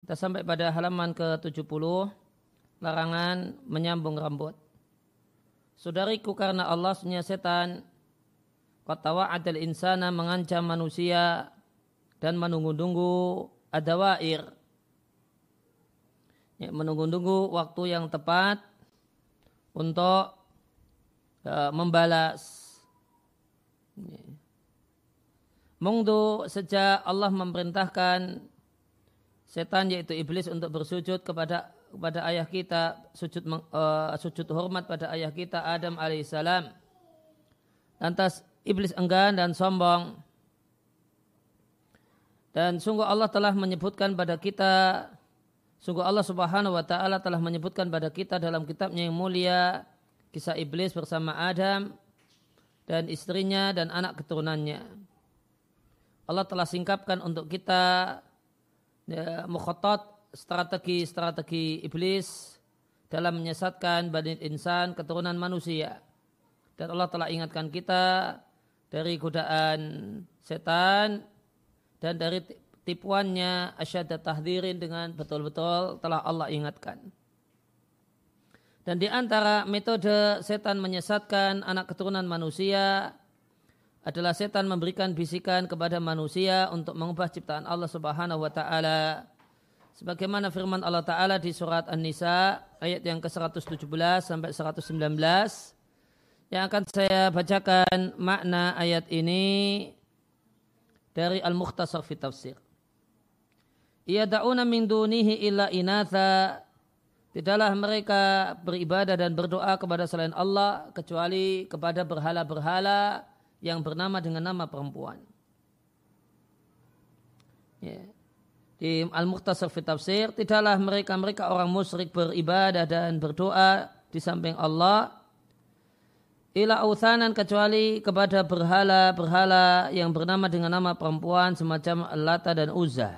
Kita sampai pada halaman ke-70, larangan menyambung rambut. Saudariku, karena Allah sunya setan qad tawa'adal insana, mengancam manusia dan menunggu-nunggu adawair, menunggu-nunggu waktu yang tepat untuk membalas. Mungdu, sejak Allah memerintahkan setan yaitu iblis untuk bersujud kepada ayah kita, sujud hormat pada ayah kita Adam alaihissalam. Lantas iblis enggan dan sombong. Dan sungguh Allah telah menyebutkan pada kita, sungguh Allah subhanahu wa ta'ala telah menyebutkan pada kita dalam kitabnya yang mulia kisah iblis bersama Adam dan istrinya dan anak keturunannya. Allah telah singkapkan untuk kita mukhatat strategi iblis dalam menyesatkan bani insan, keturunan manusia. Dan Allah telah ingatkan kita dari godaan setan dan dari tipuannya asyadda tahdhirin, dengan betul-betul telah Allah ingatkan. Dan di antara metode setan menyesatkan anak keturunan manusia adalah setan memberikan bisikan kepada manusia untuk mengubah ciptaan Allah Subhanahu wa taala. Sebagaimana firman Allah Ta'ala di surat An-Nisa ayat yang ke-117 sampai 119, yang akan saya bacakan makna ayat ini dari Al-Mukhtasar fi Tafsir. Iyada'una min dunihi illa inatha, tidaklah mereka beribadah dan berdoa kepada selain Allah kecuali kepada berhala-berhala yang bernama dengan nama perempuan. Ya. Di Al-Mukhtasar fi Tafsir, tidaklah mereka orang musyrik beribadah dan berdoa di samping Allah ila authanan, kecuali kepada berhala-berhala yang bernama dengan nama perempuan semacam Lata dan Uzza.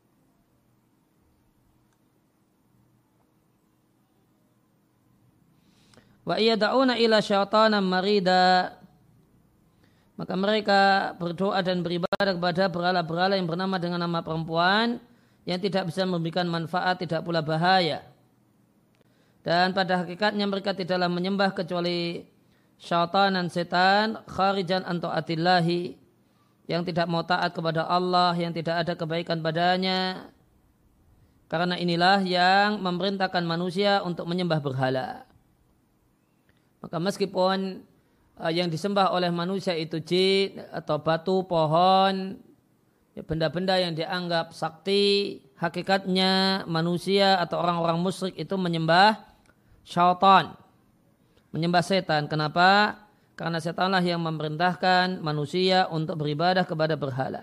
Wa iyada'una ila syaitanan marida, maka mereka berdoa dan beribadah kepada berhala-berhala yang bernama dengan nama perempuan yang tidak bisa memberikan manfaat, tidak pula bahaya. Dan pada hakikatnya mereka tidaklah menyembah kecuali syaitanan, setan, kharijan an ta'atillahi, yang tidak mau taat kepada Allah, yang tidak ada kebaikan padanya. Karena inilah yang memerintahkan manusia untuk menyembah berhala. Maka meskipun yang disembah oleh manusia itu jin atau batu, pohon, benda-benda yang dianggap sakti, hakikatnya manusia atau orang-orang musyrik itu menyembah syaitan, menyembah setan. Kenapa? Karena setanlah yang memerintahkan manusia untuk beribadah kepada berhala.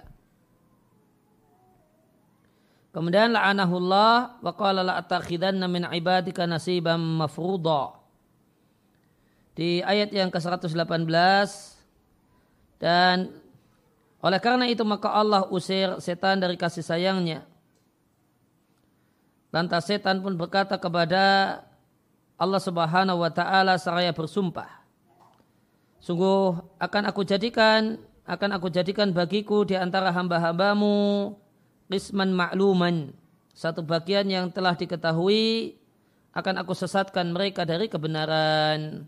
Kemudian la'anahullah wa qala la'atakhidanna min ibadika nasiban mafruḍa. Di ayat yang ke-118, dan oleh karena itu maka Allah usir setan dari kasih sayangnya. Lantas setan pun berkata kepada Allah Subhanahu wa taala seraya bersumpah, sungguh akan aku jadikan bagiku di antara hamba-hambamu qisman ma'luman, satu bagian yang telah diketahui, akan aku sesatkan mereka dari kebenaran.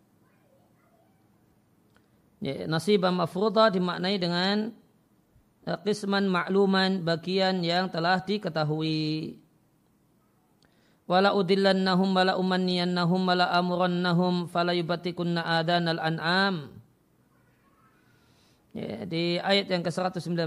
Nasiban mafruḍa dimaknai dengan qisman ma'luman, bagian yang telah diketahui. Wala udillannahum wala umanniyannahum wala amurannahum fala yubatikunna adanal an'am. Di ayat yang ke-119,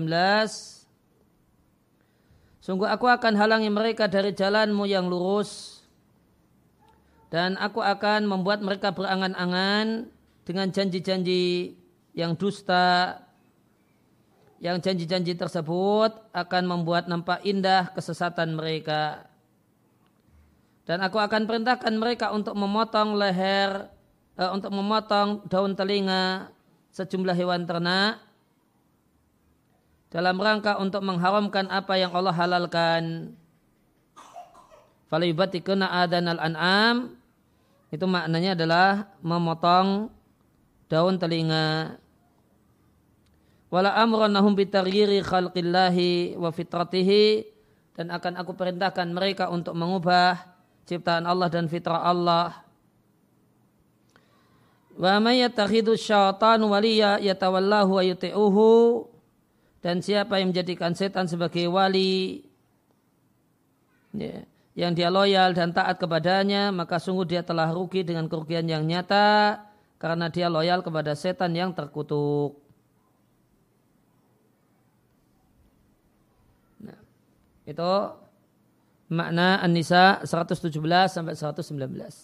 sungguh aku akan halangi mereka dari jalanmu yang lurus, dan aku akan membuat mereka berangan-angan dengan janji-janji yang dusta, yang janji-janji tersebut akan membuat nampak indah kesesatan mereka. Dan aku akan perintahkan mereka untuk memotong untuk memotong daun telinga sejumlah hewan ternak dalam rangka untuk mengharamkan apa yang Allah halalkan. Falyubatikuna adanal an'am, itu maknanya adalah memotong daun telinga. Wala amrannahum bitaghyiri khalqillahi wa fitratihi, dan akan aku perintahkan mereka untuk mengubah ciptaan Allah dan fitrah Allah. Wa may yattakhidhu syaitanu waliya yatawallahu wa yuti'uhu, dan siapa yang menjadikan setan sebagai wali yang dia loyal dan taat kepadanya, maka sungguh dia telah rugi dengan kerugian yang nyata karena dia loyal kepada setan yang terkutuk. Nah, itu makna An-Nisa 117 sampai 119.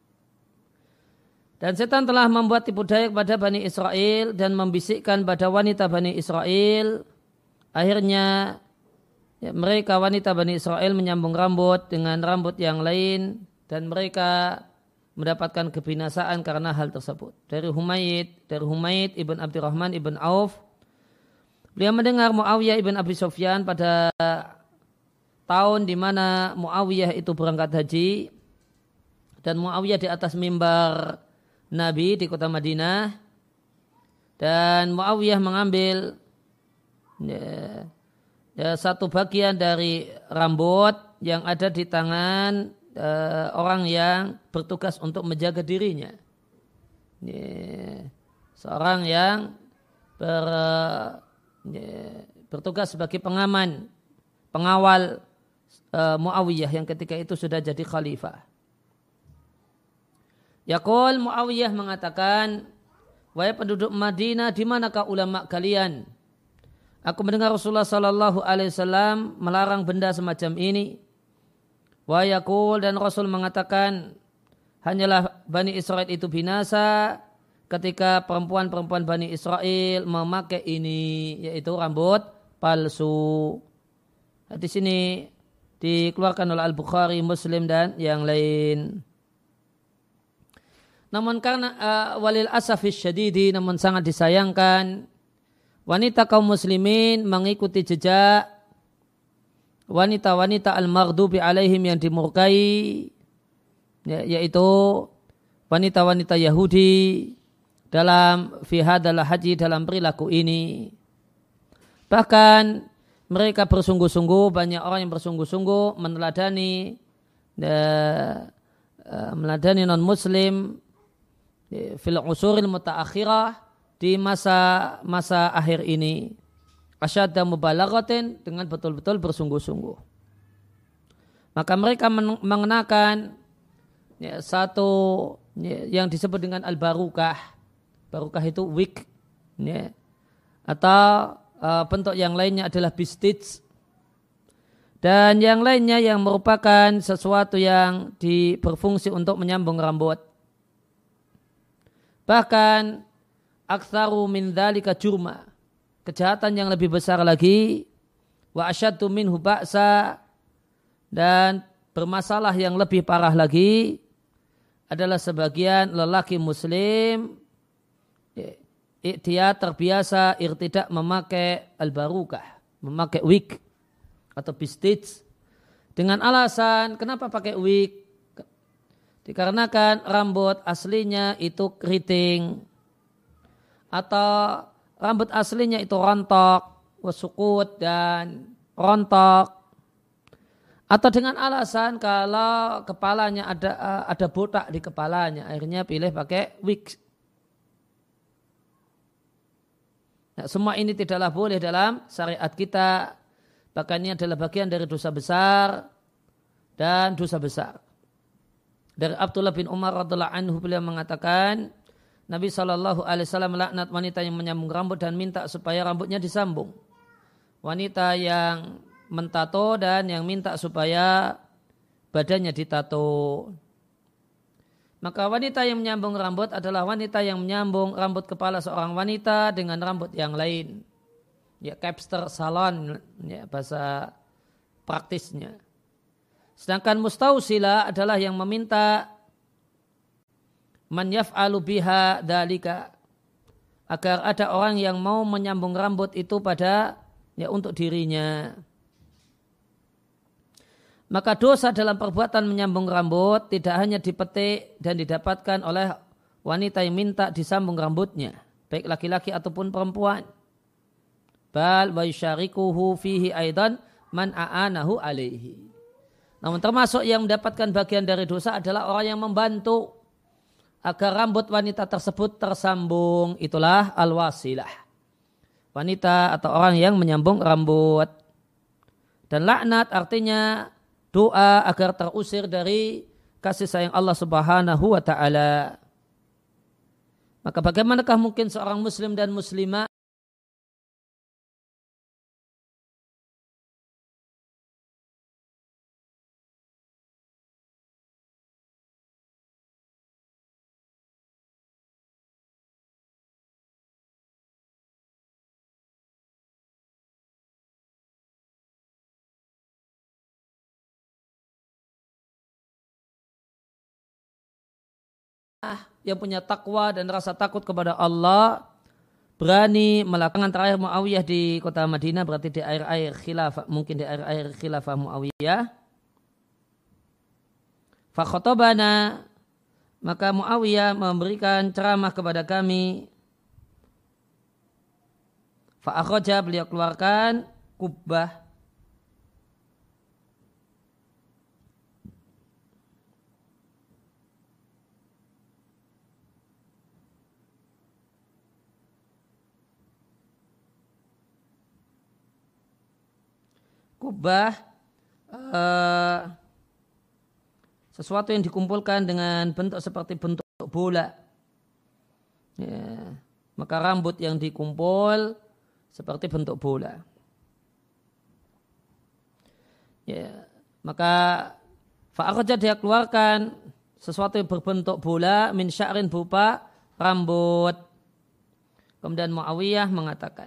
Dan setan telah membuat tipu daya kepada Bani Israel dan membisikkan pada wanita Bani Israel. Akhirnya mereka wanita Bani Israel menyambung rambut dengan rambut yang lain dan mereka mendapatkan kebinasaan karena hal tersebut. Dari Humaid ibn Abdurrahman ibn Auf, beliau mendengar Muawiyah ibn Abi Sufyan pada tahun di mana Muawiyah itu berangkat haji dan Muawiyah di atas mimbar Nabi di kota Madinah, dan Muawiyah mengambil satu bagian dari rambut yang ada di tangan orang yang bertugas untuk menjaga dirinya. Seorang yang bertugas sebagai pengawal Muawiyah yang ketika itu sudah jadi khalifah. Yaqul Muawiyah mengatakan, wahai penduduk Madinah, di manakah ulama kalian? Aku mendengar Rasulullah sallallahu alaihi wasallam melarang benda semacam ini. Wa yaqul, dan Rasul mengatakan, hanyalah Bani Israel itu binasa ketika perempuan-perempuan Bani Israel memakai ini, yaitu rambut palsu. Di sini dikeluarkan oleh Al-Bukhari, Muslim dan yang lain. Namun karena walil asafis syadidi, namun sangat disayangkan, wanita kaum muslimin mengikuti jejak wanita-wanita al-maghdubi alaihim yang dimurkai, yaitu wanita-wanita Yahudi dalam fi hadal haji, dalam perilaku ini. Bahkan mereka bersungguh-sungguh, banyak orang yang bersungguh-sungguh meneladani non-muslim fil usuril mutaakhirah, di masa akhir ini, asyadda mubalaghatin, dengan betul-betul bersungguh-sungguh. Maka mereka mengenakan satu yang disebut dengan al-barukah. Barukah itu wig, atau bentuk yang lainnya adalah bistits, dan yang lainnya yang merupakan sesuatu yang berfungsi untuk menyambung rambut. Bahkan aktsaru min dzalika jurma, kejahatan yang lebih besar lagi, wa asyaddu minhu ba'sa, dan bermasalah yang lebih parah lagi adalah sebagian lelaki muslim dia terbiasa irtidak memakai al-barukah, memakai wig atau bistits, dengan alasan kenapa pakai wig? Dikarenakan rambut aslinya itu keriting, atau rambut aslinya itu rontok, wasukut dan rontok, atau dengan alasan kalau kepalanya ada botak di kepalanya, akhirnya pilih pakai wig. Nah, semua ini tidaklah boleh dalam syariat kita, bahkan ini adalah bagian dari dosa besar dan dosa besar. Dari Abdullah bin Umar radhiallahu anhu, beliau mengatakan, Nabi SAW melaknat wanita yang menyambung rambut dan minta supaya rambutnya disambung. Wanita yang mentato dan yang minta supaya badannya ditato. Maka wanita yang menyambung rambut adalah wanita yang menyambung rambut kepala seorang wanita dengan rambut yang lain. Ya, capster salon, ya, bahasa praktisnya. Sedangkan mustausila adalah yang meminta man yaf'alu biha dzalika, agar ada orang yang mau menyambung rambut itu untuk dirinya. Maka dosa dalam perbuatan menyambung rambut tidak hanya dipetik dan didapatkan oleh wanita yang minta disambung rambutnya, baik laki-laki ataupun perempuan. Bal wa yusyarikuhu fihi aidan man a'anahu alaihi. Namun termasuk yang mendapatkan bagian dari dosa adalah orang yang membantu agar rambut wanita tersebut tersambung. Itulah al-wasilah. Wanita atau orang yang menyambung rambut. Dan laknat artinya doa agar terusir dari kasih sayang Allah Subhanahu wa ta'ala. Maka bagaimanakah mungkin seorang muslim dan muslimah yang punya takwa dan rasa takut kepada Allah berani melakukan terakhir Muawiyah di kota Madinah, berarti di air-air khilafah, mungkin di air-air khilafah Muawiyah. Fa khatabana, maka Muawiyah memberikan ceramah kepada kami. Fa akhraja, beliau keluarkan kubbah. Kubah sesuatu yang dikumpulkan dengan bentuk seperti bentuk bola. Ya, maka rambut yang dikumpul seperti bentuk bola. Ya, maka fa'akhraja, dia keluarkan sesuatu yang berbentuk bola min sya'rin, berupa rambut. Kemudian Muawiyah mengatakan,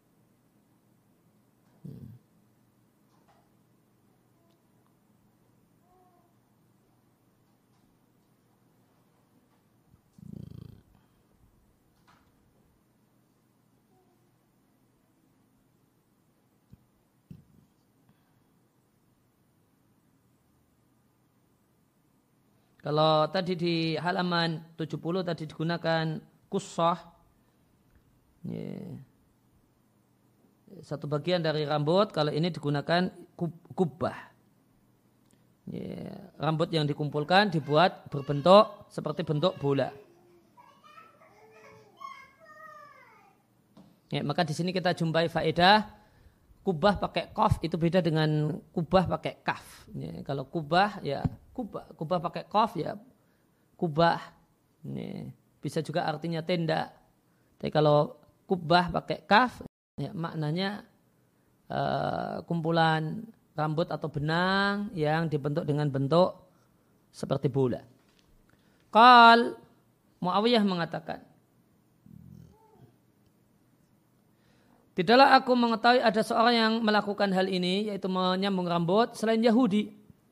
kalau tadi di halaman 70 tadi digunakan kussah, satu bagian dari rambut, kalau ini digunakan kubbah. Rambut yang dikumpulkan dibuat berbentuk seperti bentuk bola. Maka di sini kita jumpai faedah kubah pakai qaf itu beda dengan kubah pakai kaf. Kalau kubah ya kubah pakai qaf ya kubah. Bisa juga artinya tenda. Tapi kalau kubah pakai kaf ya maknanya kumpulan rambut atau benang yang dibentuk dengan bentuk seperti bola. Qal, Muawiyah mengatakan, tidaklah aku mengetahui ada seorang yang melakukan hal ini, yaitu menyambung rambut, selain Yahudi.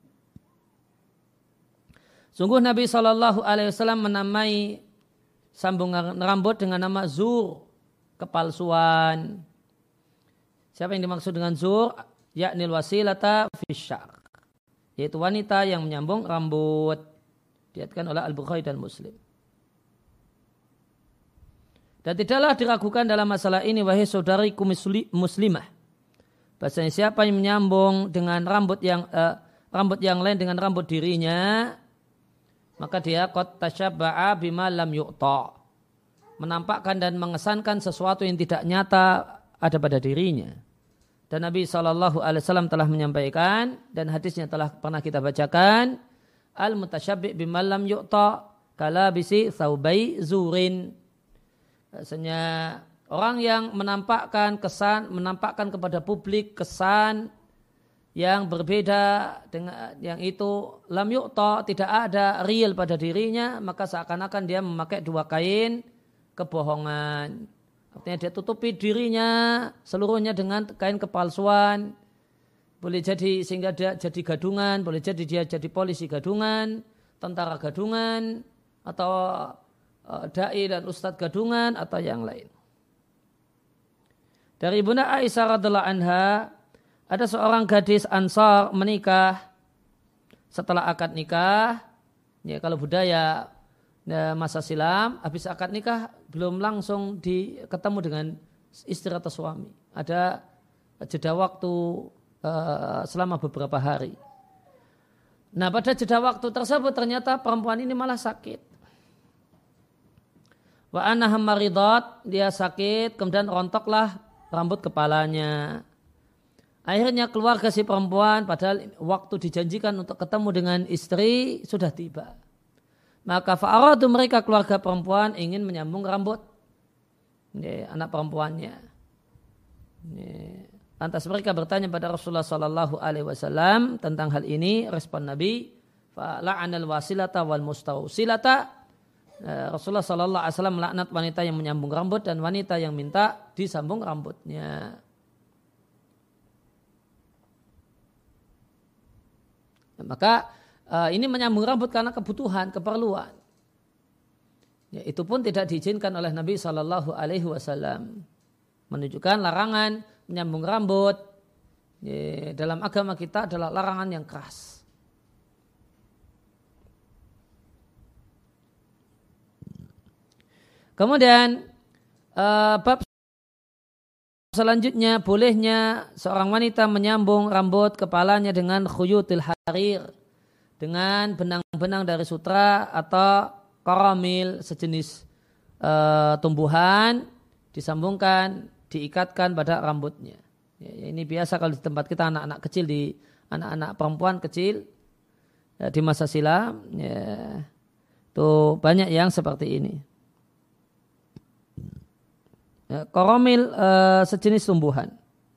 Sungguh Nabi SAW menamai sambungan rambut dengan nama zur, kepalsuan. Siapa yang dimaksud dengan zur? Yaknil wasilata fisyar, yaitu wanita yang menyambung rambut. Diriwayatkan oleh Al-Bukhari dan Muslim. Dan tidaklah diragukan dalam masalah ini, wahai saudariku muslimah, bahasanya siapa yang menyambung dengan rambut yang lain dengan rambut dirinya, maka dia qad tashabba'a bima lam yu'ta, menampakkan dan mengesankan sesuatu yang tidak nyata ada pada dirinya. Dan Nabi SAW telah menyampaikan, dan hadisnya telah pernah kita bacakan, al-mutasyabbi' bima lam yu'ta kalabisi thawbai zurin. Bahasanya orang yang menampakkan kepada publik kesan yang berbeda dengan yang itu lam yu'ta, tidak ada real pada dirinya, maka seakan-akan dia memakai dua kain kebohongan. Artinya dia tutupi dirinya seluruhnya dengan kain kepalsuan. Boleh jadi sehingga dia jadi gadungan, boleh jadi dia jadi polisi gadungan, tentara gadungan, atau dai dan ustadz gadungan, atau yang lain. Dari Ibunda Aisyah radhiallahu anha, ada seorang gadis Ansar menikah. Setelah akad nikah, ya kalau budaya masa silam, habis akad nikah belum langsung ketemu dengan istri atau suami. Ada jeda waktu selama beberapa hari. Nah, pada jeda waktu tersebut ternyata perempuan ini malah sakit. Wa anaham maridat, dia sakit, kemudian rontoklah rambut kepalanya. Akhirnya keluarga si perempuan padahal waktu dijanjikan untuk ketemu dengan istri sudah tiba. Maka fa'aradu, mereka keluarga perempuan ingin menyambung rambut anak perempuannya. Lantas mereka bertanya pada Rasulullah sallallahu alaihi wasallam tentang hal ini. Respon Nabi, fala'anal wasilata wal mustausilata. Rasulullah sallallahu alaihi wasallam melaknat wanita yang menyambung rambut dan wanita yang minta disambung rambutnya. Maka ini menyambung rambut karena kebutuhan, keperluan. Ya, itu pun tidak diizinkan oleh Nabi sallallahu alaihi wasallam. Menunjukkan larangan menyambung rambut ya, dalam agama kita adalah larangan yang keras. Kemudian bab selanjutnya, bolehnya seorang wanita menyambung rambut kepalanya dengan khuyutil harir, dengan benang-benang dari sutra atau karamil, sejenis tumbuhan, disambungkan, diikatkan pada rambutnya. Ya, ini biasa kalau di tempat kita anak-anak kecil, anak-anak perempuan kecil ya, di masa silam, ya, tuh banyak yang seperti ini. Ya, koromil sejenis tumbuhan,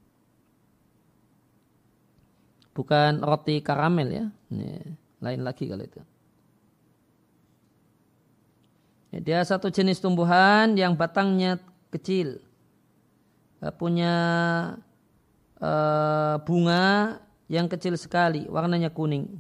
bukan roti karamel ya. Lain lagi kalau itu. Ya, dia satu jenis tumbuhan yang batangnya kecil, punya bunga yang kecil sekali, warnanya kuning.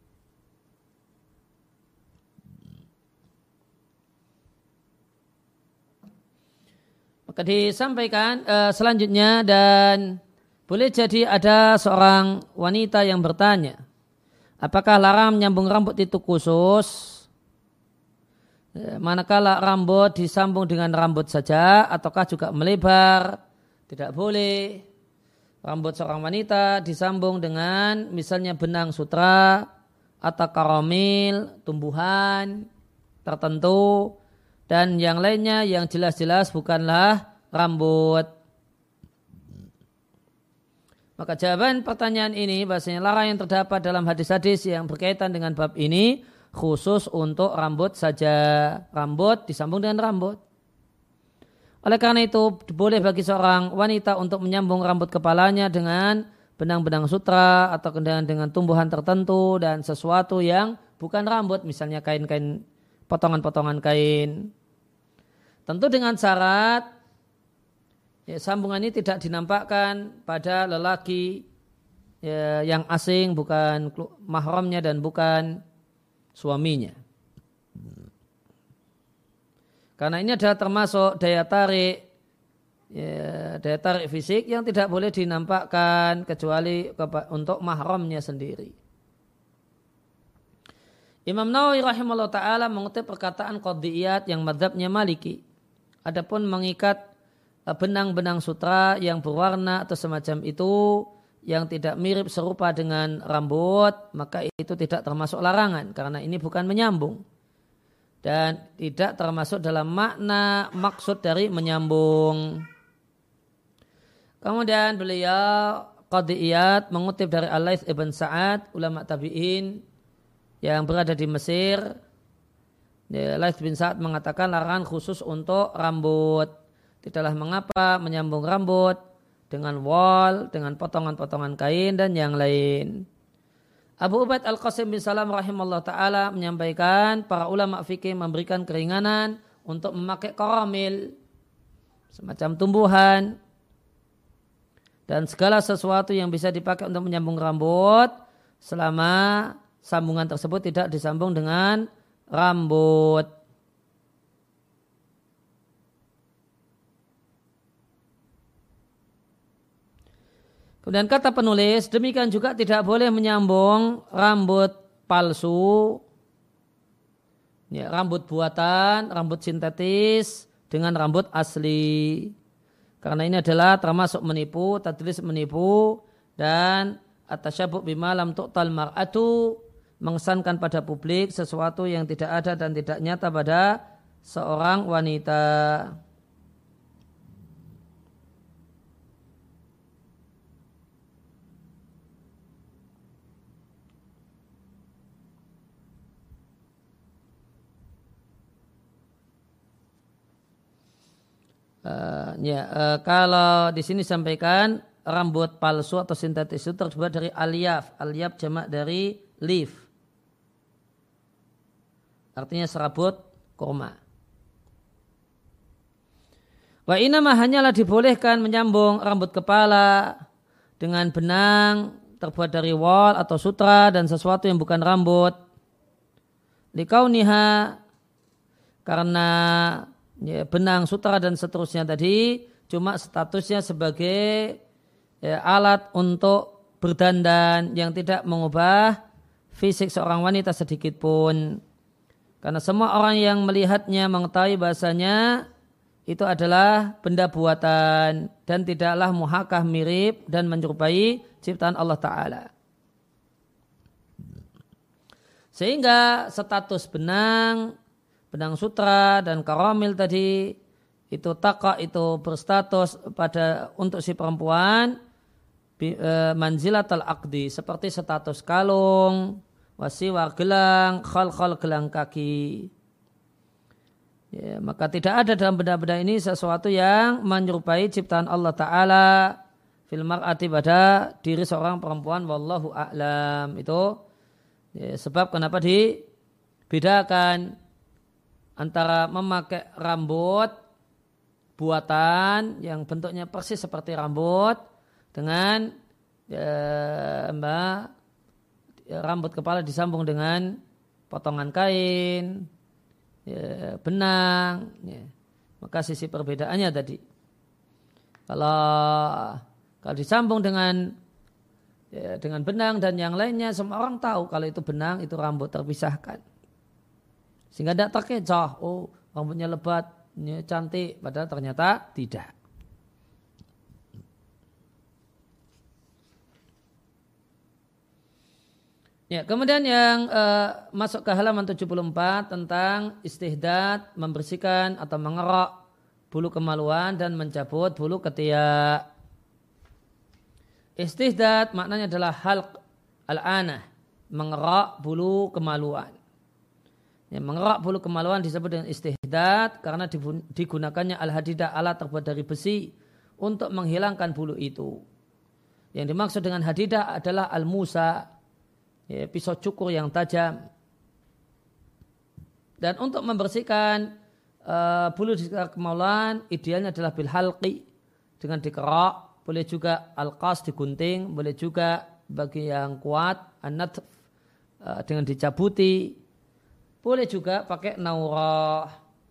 Maka disampaikan selanjutnya, dan boleh jadi ada seorang wanita yang bertanya, apakah larang menyambung rambut itu khusus? Manakala rambut disambung dengan rambut saja ataukah juga melebar? Tidak boleh. Rambut seorang wanita disambung dengan misalnya benang sutra atau karamil, tumbuhan tertentu, dan yang lainnya yang jelas-jelas bukanlah rambut. Maka jawaban pertanyaan ini bahasanya larang yang terdapat dalam hadis-hadis yang berkaitan dengan bab ini khusus untuk rambut saja. Rambut disambung dengan rambut. Oleh karena itu boleh bagi seorang wanita untuk menyambung rambut kepalanya dengan benang-benang sutra atau dengan tumbuhan tertentu dan sesuatu yang bukan rambut, misalnya kain-kain, potongan-potongan kain. Tentu dengan syarat ya, sambungan ini tidak dinampakkan pada lelaki ya, yang asing, bukan mahramnya dan bukan suaminya. Karena ini adalah termasuk daya tarik fisik yang tidak boleh dinampakkan kecuali untuk mahramnya sendiri. Imam Nawawi rahimahullah ta'ala mengutip perkataan Qadhiyat yang madzhabnya Maliki. Adapun mengikat benang-benang sutra yang berwarna atau semacam itu yang tidak mirip serupa dengan rambut, maka itu tidak termasuk larangan karena ini bukan menyambung dan tidak termasuk dalam makna maksud dari menyambung. Kemudian beliau Qadhiyat mengutip dari Al-Laits ibn Sa'ad, ulama tabi'in yang berada di Mesir. Laits bin Sa'ad mengatakan larangan khusus untuk rambut. Tidaklah mengapa menyambung rambut dengan wol, dengan potongan-potongan kain dan yang lain. Abu Ubaid Al-Qasim bin Salam rahimahullah ta'ala menyampaikan para ulama fikih memberikan keringanan untuk memakai karamil, semacam tumbuhan, dan segala sesuatu yang bisa dipakai untuk menyambung rambut selama sambungan tersebut tidak disambung dengan rambut. Kemudian kata penulis, demikian juga tidak boleh menyambung rambut palsu, ya, rambut buatan, rambut sintetis dengan rambut asli. Karena ini adalah termasuk menipu, tadlis menipu, Dan at-tasyabuh bima lam tu'tal mar'atu, mengesankan pada publik sesuatu yang tidak ada dan tidak nyata pada seorang wanita. Kalau di sini sampaikan rambut palsu atau sintetis itu terbuat dari alyaf. Alyaf jamak dari leaf. Artinya serabut kurma. Wa inama hanyalah dibolehkan menyambung rambut kepala dengan benang terbuat dari wol atau sutra dan sesuatu yang bukan rambut. Likauniha, karena benang, sutra dan seterusnya tadi cuma statusnya sebagai alat untuk berdandan yang tidak mengubah fisik seorang wanita sedikit pun. Karena semua orang yang melihatnya mengetahui bahasanya itu adalah benda buatan dan tidaklah muhakah mirip dan menyerupai ciptaan Allah Ta'ala. Sehingga status benang sutra dan karamil tadi itu taqa, itu berstatus pada untuk si perempuan manzilatal aqdi, seperti status kalung, wasiwar gelang, khal gelang kaki. Ya, maka tidak ada dalam benda-benda ini sesuatu yang menyerupai ciptaan Allah Ta'ala fil mar'ati pada diri seorang perempuan, wallahu a'lam. Itu ya, sebab kenapa dibedakan antara memakai rambut buatan yang bentuknya persis seperti rambut dengan rambut kepala disambung dengan potongan kain, benang. Maka sisi perbedaannya tadi. Kalau disambung dengan benang dan yang lainnya, semua orang tahu kalau itu benang, itu rambut terpisahkan. Sehingga tidak terkecoh, oh rambutnya lebat, cantik, padahal ternyata tidak. Ya, kemudian yang masuk ke halaman 74 tentang istihdad, membersihkan atau mengerok bulu kemaluan dan mencabut bulu ketiak. Istihdad maknanya adalah halq al-anah, mengerok bulu kemaluan. Ya, mengerok bulu kemaluan disebut dengan istihdad karena digunakannya al-hadidah, alat terbuat dari besi untuk menghilangkan bulu itu. Yang dimaksud dengan hadidah adalah al-musa, ya, pisau cukur yang tajam. Dan untuk membersihkan bulu di sekitar kemaluan idealnya adalah bil halqi, dengan dikerok, boleh juga al-qas, digunting, boleh juga bagi yang kuat an-natf, dengan dicabuti. Boleh juga pakai naurah,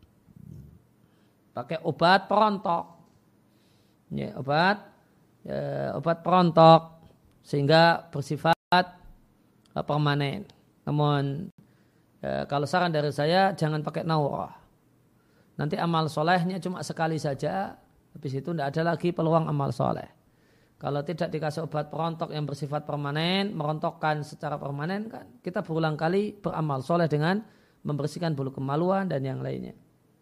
pakai obat perontok, ya, obat perontok sehingga bersifat permanen. Namun kalau saran dari saya jangan pakai naurah. Nanti amal solehnya cuma sekali saja, habis itu tidak ada lagi peluang amal soleh. Kalau tidak dikasih obat perontok yang bersifat permanen, merontokkan secara permanen, kan kita berulang kali beramal soleh dengan membersihkan bulu kemaluan dan yang lainnya.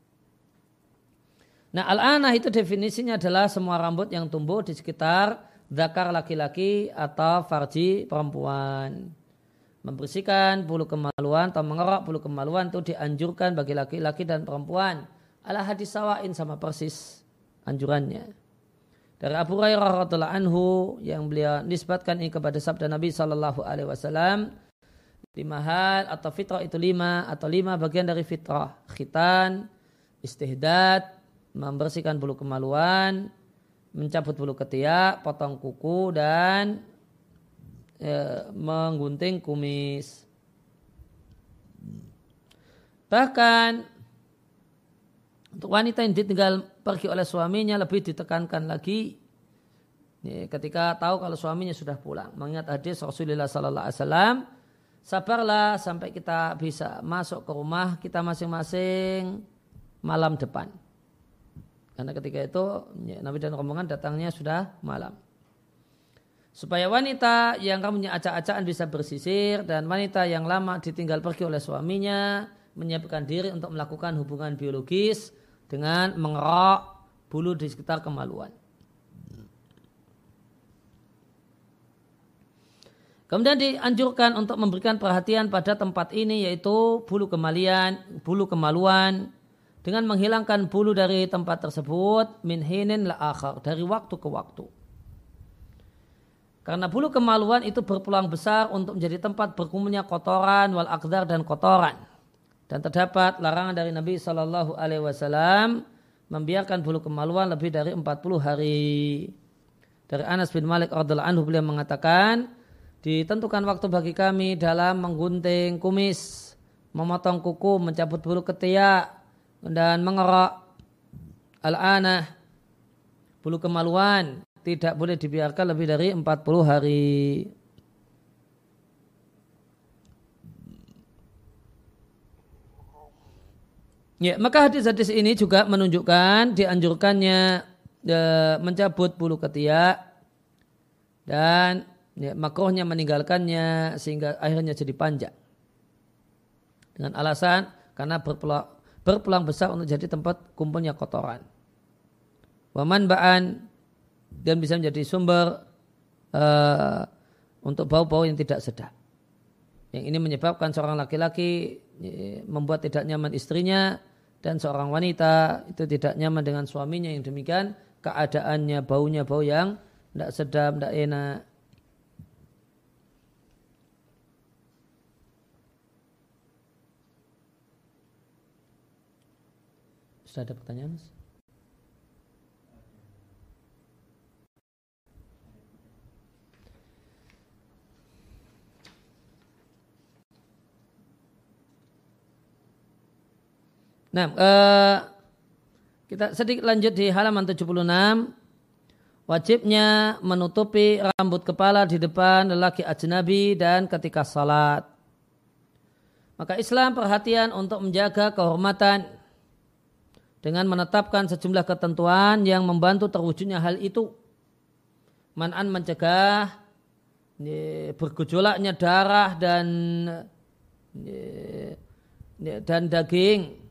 Nah, al-anah itu definisinya adalah semua rambut yang tumbuh di sekitar dzakar laki-laki atau farji perempuan. Membersihkan bulu kemaluan atau mengerok bulu kemaluan itu dianjurkan bagi laki-laki dan perempuan. Ala hadis sawain, sama persis anjurannya. Dari Abu Hurairah radhiyallahu anhu yang beliau nisbatkan ini kepada sabda Nabi sallallahu alaihi wasallam, 5 hal atau fitrah itu 5 atau 5 bagian dari fitrah. Khitan, istihdad, membersihkan bulu kemaluan, mencabut bulu ketiak, potong kuku, dan menggunting kumis. Bahkan untuk wanita yang ditinggal pergi oleh suaminya lebih ditekankan lagi ketika tahu kalau suaminya sudah pulang. Mengingat hadis Rasulullah sallallahu alaihi wasallam, sabarlah sampai kita bisa masuk ke rumah kita masing-masing malam depan. Karena ketika itu Nabi dan rombongan datangnya sudah malam. Supaya wanita yang rambutnya acak-acakan bisa bersisir dan wanita yang lama ditinggal pergi oleh suaminya menyiapkan diri untuk melakukan hubungan biologis dengan mengerok bulu di sekitar kemaluan. Kemudian dianjurkan untuk memberikan perhatian pada tempat ini yaitu bulu kemaluan dengan menghilangkan bulu dari tempat tersebut min hinin la akhar, dari waktu ke waktu. Karena bulu kemaluan itu berpeluang besar untuk menjadi tempat berkumpulnya kotoran wal aqdar dan kotoran. Dan terdapat larangan dari Nabi SAW membiarkan bulu kemaluan lebih dari 40 hari. Dari Anas bin Malik radhiyallahu anhu beliau mengatakan, ditentukan waktu bagi kami dalam menggunting kumis, memotong kuku, mencabut bulu ketiak, dan mengerok al-anah, bulu kemaluan, tidak boleh dibiarkan lebih dari 40 hari. Ya, maka hadis-hadis ini juga menunjukkan dianjurkannya mencabut bulu ketiak dan makruhnya meninggalkannya sehingga akhirnya jadi panjang. Dengan alasan karena berpeluang besar untuk jadi tempat kumpulnya kotoran. Waman ba'an, dan bisa menjadi sumber untuk bau-bau yang tidak sedap. Yang ini menyebabkan seorang laki-laki membuat tidak nyaman istrinya dan seorang wanita itu tidak nyaman dengan suaminya yang demikian keadaannya, baunya bau yang tidak sedap, tidak enak. Sudah ada pertanyaan? Nah, kita sedikit lanjut di halaman 76. Wajibnya menutupi rambut kepala di depan lelaki ajnabi dan ketika salat. Maka Islam perhatian untuk menjaga kehormatan dengan menetapkan sejumlah ketentuan yang membantu terwujudnya hal itu. Man'an mencegah bergejolaknya darah dan daging.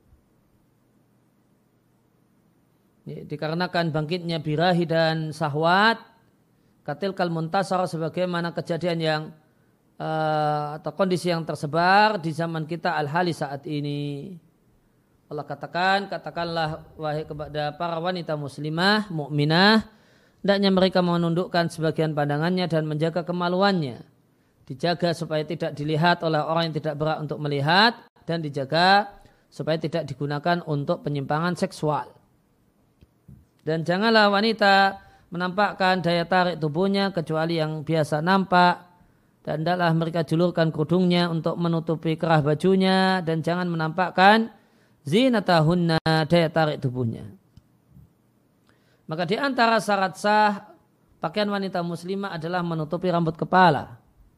Dikarenakan bangkitnya birahi dan syahwat, katil kal muntasar, sebagaimana kejadian yang atau kondisi yang tersebar di zaman kita al-hali saat ini. Allah katakanlah wahai kepada para wanita muslimah, mukminah, hendaknya mereka menundukkan sebagian pandangannya dan menjaga kemaluannya. Dijaga supaya tidak dilihat oleh orang yang tidak berhak untuk melihat dan dijaga supaya tidak digunakan untuk penyimpangan seksual. Dan janganlah wanita menampakkan daya tarik tubuhnya kecuali yang biasa nampak. Dan hendaklah mereka julurkan kerudungnya untuk menutupi kerah bajunya. Dan jangan menampakkan zinatahunna, daya tarik tubuhnya. Maka di antara syarat sah pakaian wanita muslimah adalah menutupi rambut kepala.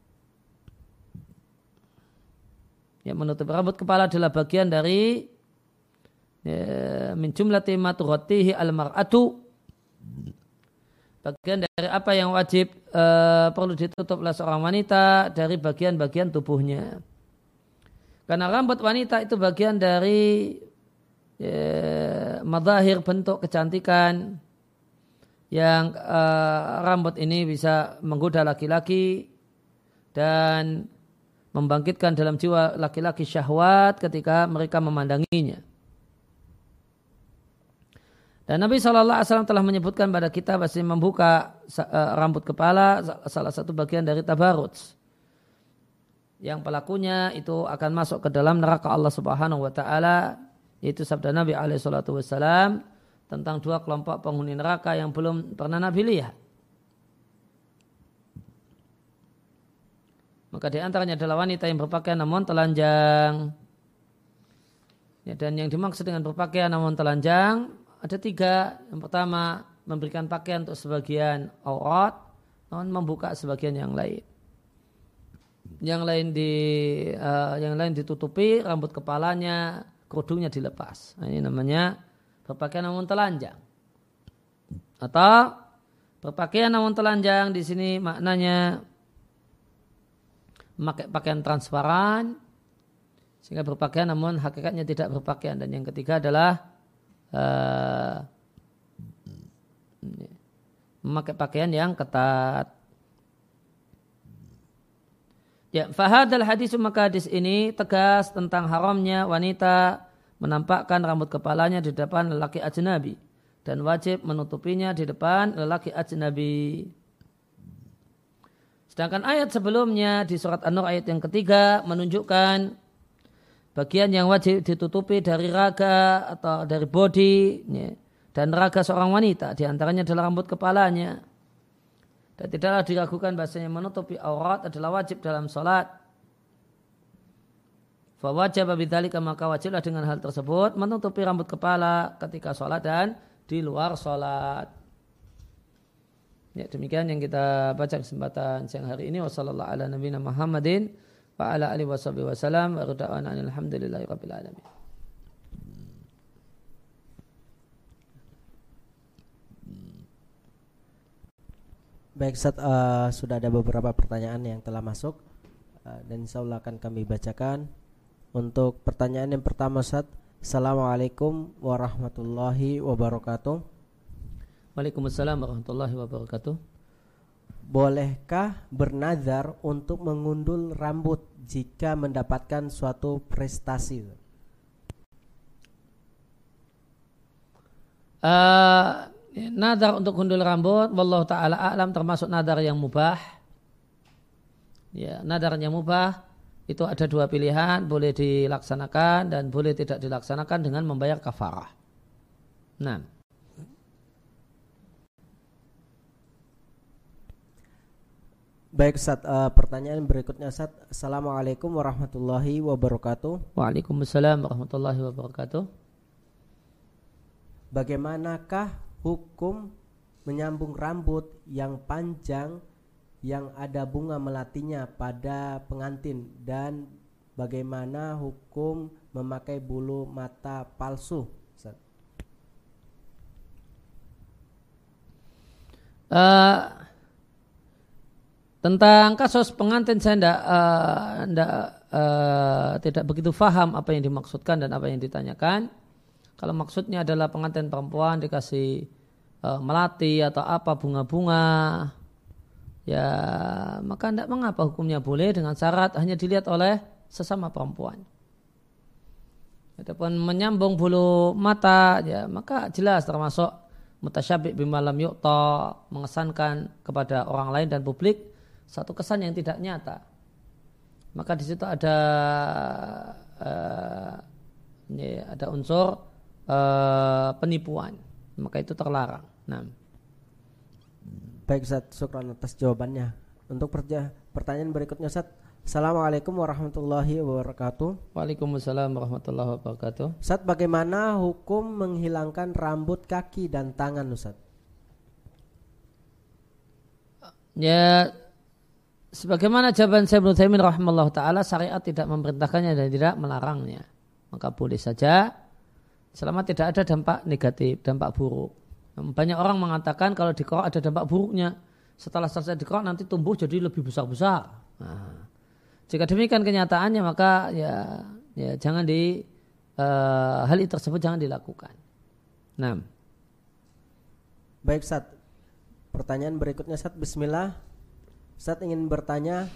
Ya, menutupi rambut kepala adalah bagian dari min jumlati ma tughatihi al-mar'atu, bagian dari apa yang wajib perlu ditutup oleh seorang wanita dari bagian-bagian tubuhnya. Karena rambut wanita itu bagian dari madzahir, bentuk kecantikan yang rambut ini bisa menggoda laki-laki dan membangkitkan dalam jiwa laki-laki syahwat ketika mereka memandanginya. Dan Nabi SAW telah menyebutkan pada kita bahwa membuka rambut kepala salah satu bagian dari tabarruj. Yang pelakunya itu akan masuk ke dalam neraka Allah Subhanahu wa taala, yaitu sabda Nabi SAW tentang dua kelompok penghuni neraka yang belum pernah Nabi lihat. Maka di antaranya adalah wanita yang berpakaian namun telanjang. Ya, dan yang dimaksud dengan berpakaian namun telanjang ada tiga. Yang pertama, memberikan pakaian untuk sebagian aurat, namun membuka sebagian yang lain. Yang lain ditutupi, rambut kepalanya, kerudungnya dilepas. Nah, ini namanya berpakaian namun telanjang. Atau Berpakaian namun telanjang di sini maknanya memakai pakaian transparan sehingga berpakaian namun hakikatnya tidak berpakaian. Dan yang ketiga adalah memakai pakaian yang ketat. Ya, fahadal hadis, maka hadis ini tegas tentang haramnya wanita menampakkan rambut kepalanya di depan lelaki ajnabi dan wajib menutupinya di depan lelaki ajnabi. Sedangkan ayat sebelumnya di surat An-Nur ayat yang ketiga menunjukkan bagian yang wajib ditutupi dari raga atau dari body dan raga seorang wanita, di antaranya adalah rambut kepalanya. Dan tidaklah diragukan bahasanya menutupi aurat adalah wajib dalam sholat. Fawajib bidzalika, maka wajiblah dengan hal tersebut menutupi rambut kepala ketika sholat dan di luar sholat. Ya, demikian yang kita baca kesempatan siang hari ini. Wassallallahu ala nabiyina Muhammadin wa ala alihi wasallam wa rada'ana alhamdulillahi rabbil alamin. Baik Ustaz, sudah ada beberapa pertanyaan yang telah masuk dan insyaallah akan kami bacakan. Untuk pertanyaan yang pertama Ustaz, Assalamualaikum warahmatullahi wabarakatuh. Waalaikumsalam warahmatullahi wabarakatuh. Bolehkah bernazar untuk mengundul rambut jika mendapatkan suatu prestasi? Nadar untuk gundul rambut, wallahu ta'ala a'lam, termasuk nadar yang mubah. Ya, nadar yang mubah itu ada dua pilihan, boleh dilaksanakan dan boleh tidak dilaksanakan dengan membayar kafarah. Nah. Baik Ustaz, pertanyaan berikutnya Ustaz. Assalamualaikum warahmatullahi wabarakatuh. Waalaikumsalam warahmatullahi wabarakatuh. Bagaimanakah hukum menyambung rambut yang panjang yang ada bunga melatinya pada pengantin, dan bagaimana hukum memakai bulu mata palsu? Tentang kasus pengantin saya tidak begitu faham apa yang dimaksudkan dan apa yang ditanyakan. Kalau maksudnya adalah pengantin perempuan dikasih melati atau apa bunga-bunga, ya maka tidak mengapa, hukumnya boleh dengan syarat hanya dilihat oleh sesama perempuan. Adapun menyambung bulu mata, ya maka jelas termasuk mutasyabih bima lam yu'ta, mengesankan kepada orang lain dan publik satu kesan yang tidak nyata. Maka di situ ada unsur penipuan, maka itu terlarang. Nah. Baik Ustaz, syukran atas jawabannya. Untuk pertanyaan berikutnya Ustaz. Assalamualaikum warahmatullahi wabarakatuh. Waalaikumsalam warahmatullahi wabarakatuh. Ustaz, bagaimana hukum menghilangkan rambut kaki dan tangan Ustaz? Ya, sebagaimana jawaban Syekh Ibnu Utsaimin rahimallahu taala, syariat tidak memerintahkannya dan tidak melarangnya. Maka boleh saja selama tidak ada dampak negatif, dampak buruk. Banyak orang mengatakan kalau dikerok ada dampak buruknya. Setelah selesai dikerok nanti tumbuh jadi lebih besar-besar. Nah, jika demikian kenyataannya, maka ya jangan hal itu tersebut jangan dilakukan. Nah. Baik Ustaz. Pertanyaan berikutnya Ustaz, bismillah. Ustaz ingin bertanya,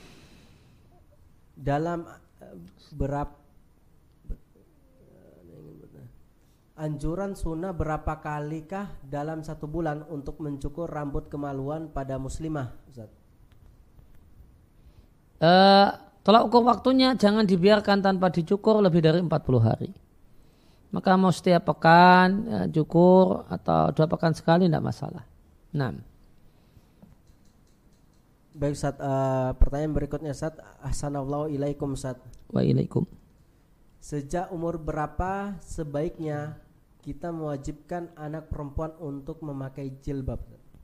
dalam anjuran sunnah berapa kalikah dalam satu bulan untuk mencukur rambut kemaluan pada muslimah Ustaz? Tolak ukur waktunya jangan dibiarkan tanpa dicukur lebih dari 40 hari. Maka mau setiap pekan cukur atau 2 pekan sekali tidak masalah. Nah. Baik Ustaz, pertanyaan berikutnya Ustaz. Ahsanallahu ilaikum Ustaz. Wa ilaikum. Sejak umur berapa sebaiknya kita mewajibkan anak perempuan untuk memakai jilbab?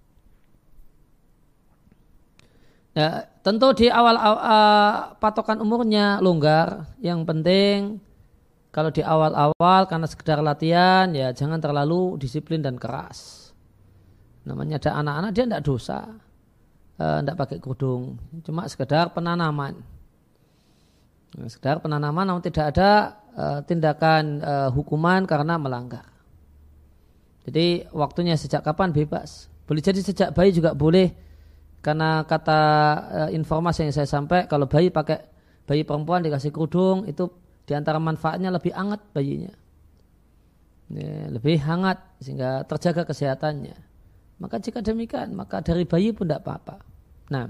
Ya, tentu di awal patokan umurnya longgar. Yang penting kalau di awal-awal karena sekedar latihan, ya jangan terlalu disiplin dan keras. namanya ada anak-anak, dia tidak dosa, tidak pakai kerudung, cuma sekedar penanaman. Sekedar penanaman, namun tidak ada tindakan hukuman karena melanggar. Jadi waktunya sejak kapan bebas. Boleh jadi sejak bayi juga boleh, karena kata informasi yang saya sampaikan, kalau bayi perempuan dikasih kerudung, itu diantara manfaatnya lebih hangat bayinya, ya, lebih hangat sehingga terjaga kesehatannya. Maka jika demikian, maka dari bayi pun tidak apa-apa. Nah.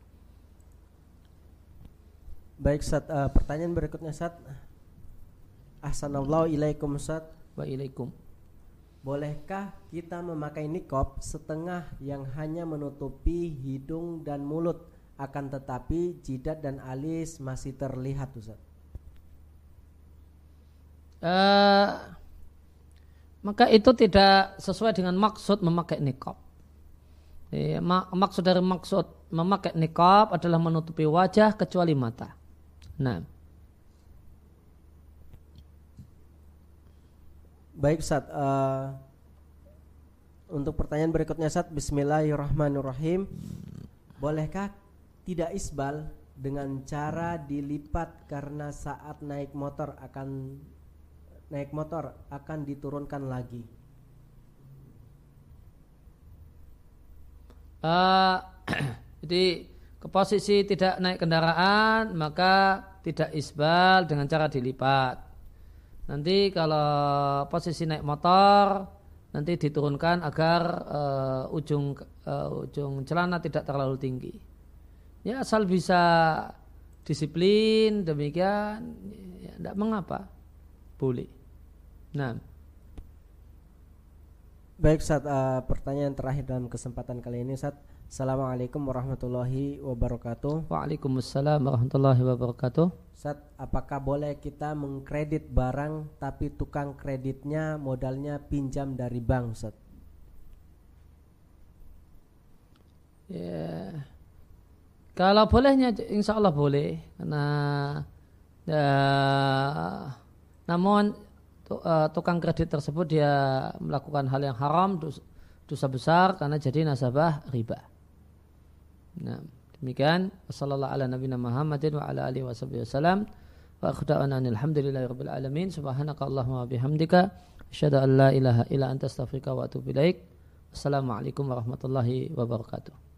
Baik Ustaz, pertanyaan berikutnya Ustaz. Ahsanallahu ilaikum Ustaz. Wa ilaikum. Bolehkah kita memakai niqab setengah yang hanya menutupi hidung dan mulut, akan tetapi jidat dan alis masih terlihat Ustaz? Maka itu tidak sesuai dengan maksud memakai niqab. Maksud dari maksud memakai niqab adalah menutupi wajah kecuali mata. Nah. Baik Ustaz, untuk pertanyaan berikutnya Ustaz, bismillahirrahmanirrahim. Bolehkah tidak isbal dengan cara dilipat karena saat naik motor akan diturunkan lagi? Jadi ke posisi tidak naik kendaraan maka tidak isbal dengan cara dilipat. Nanti kalau posisi naik motor nanti diturunkan agar ujung celana tidak terlalu tinggi. Ya asal bisa disiplin demikian, ya tidak mengapa, boleh. Nah. Baik Ustaz, pertanyaan terakhir dalam kesempatan kali ini Ustaz. Assalamualaikum warahmatullahi wabarakatuh. Waalaikumsalam warahmatullahi wabarakatuh. Ustaz, apakah boleh kita mengkredit barang tapi tukang kreditnya modalnya pinjam dari bank Ustaz? Ya, kalau bolehnya insya Allah boleh, karena namun tukang kredit tersebut dia melakukan hal yang haram, dosa besar karena jadi nasabah riba. Nah, demikian. Wassallallahu ala nabiyina Muhammadin wa ala alihi wasallam. Wa akhda'ana alhamdulillahirabbil alamin. Subhanakallahumma wa bihamdika asyhadu an la ilaha illa anta astaghfiruka wa atubu ilaik. Wassalamualaikum warahmatullahi wabarakatuh.